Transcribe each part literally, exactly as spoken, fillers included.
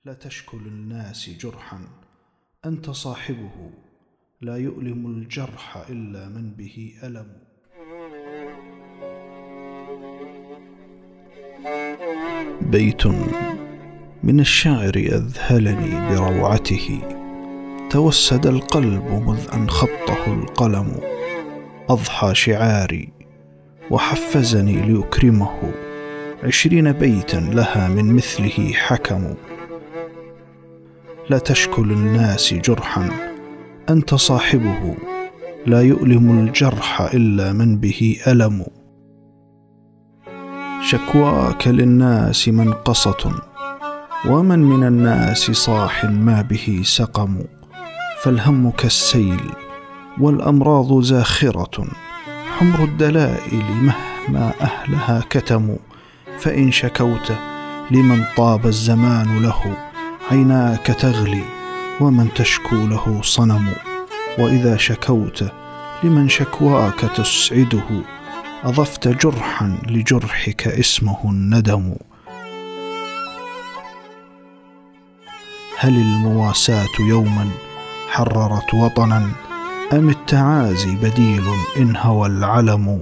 لا تشكو للناس جرحا أنت صاحبه، لا يؤلم الجرح إلا من به ألم. بيت من الشاعر أذهلني بروعته، توسد القلب مذ أن خطه القلم. أضحى شعاري وحفزني ليكرمه، عشرين بيتا لها من مثله حكم. لا تشكو للناس جرحا أنت صاحبه، لا يؤلم الجرح إلا من به ألم. شكواك للناس منقصة، ومن من الناس صاح ما به سقم. فالهم كالسيل والأمراض زاخرة، حمر الدلائل مهما أهلها كتموا. فإن شكوت لمن طاب الزمان له، عيناك تغلي ومن تشكو له صنم. وإذا شكوت لمن شكواك تسعده، أضفت جرحا لجرحك اسمه الندم. هل المواساة يوما حررت وطنا، أم التعازي بديل إن هوى العلم؟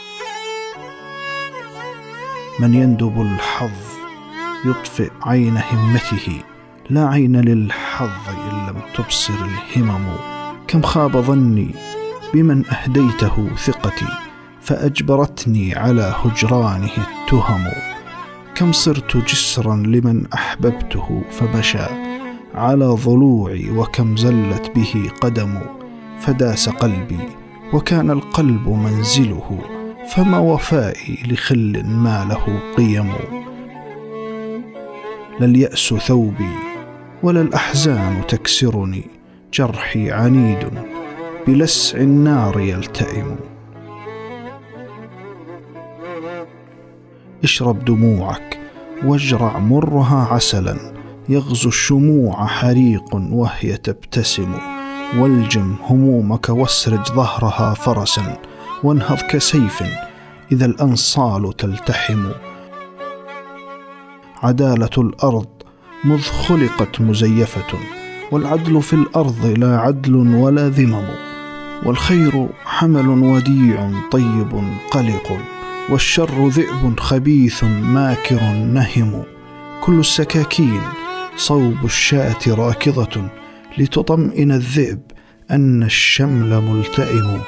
من يندب الحظ يطفئ عين همته، لا عين للحظ إن لم تبصر الهمم. كم خاب ظني بمن أهديته ثقتي، فأجبرتني على هجرانه التهم. كم صرت جسرا لمن أحببته فمشى على ضلوعي، وكم زلت به قدم. فداس قلبي وكان القلب منزله، فما وفائي لخل ما له قيم. لا اليأس ثوبي ولا الأحزان تكسرني، جرحي عنيد بلسع النار يلتئم. اشرب دموعك واجرع مرها عسلا، يغزو الشموع حريق وهي تبتسم. والجم همومك واسرج ظهرها فرسا، وانهض كسيف إذا الأنصال تلتحم. عدالة الأرض مذ خلقت مزيفة، والعدل في الأرض لا عدل ولا ذمم. والخير حمل وديع طيب قلق، والشر ذئب خبيث ماكر نهم. كل السكاكين صوب الشاة راكضة، لتطمئن الذئب أن الشمل ملتئم.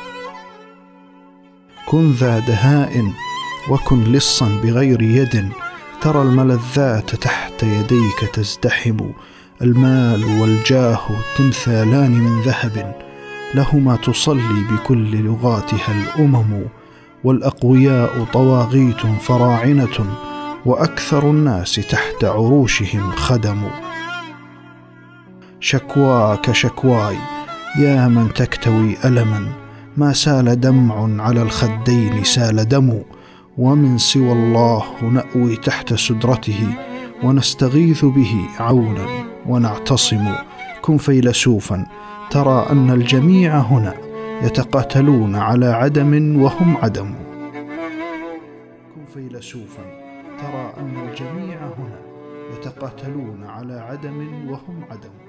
كن ذا دهاء وكن لصا بغير يد، ترى الملذات تحت يديك تزدحم. المال والجاه تمثالان من ذهب، لهما تصلي بكل لغاتها الأمم. والأقوياء طواغيت فراعنة، وأكثر الناس تحت عروشهم خدم. شكواك شكواي يا من تكتوي ألما، ما سال دمع على الخدين سال دم. ومن سوى الله نأوي تحت سدرته، ونستغيث به عونا ونعتصم. كن فيلسوفا ترى أن الجميع هنا يتقاتلون على عدم وهم عدم. كن فيلسوفا ترى أن الجميع هنا يتقاتلون على عدم وهم عدم.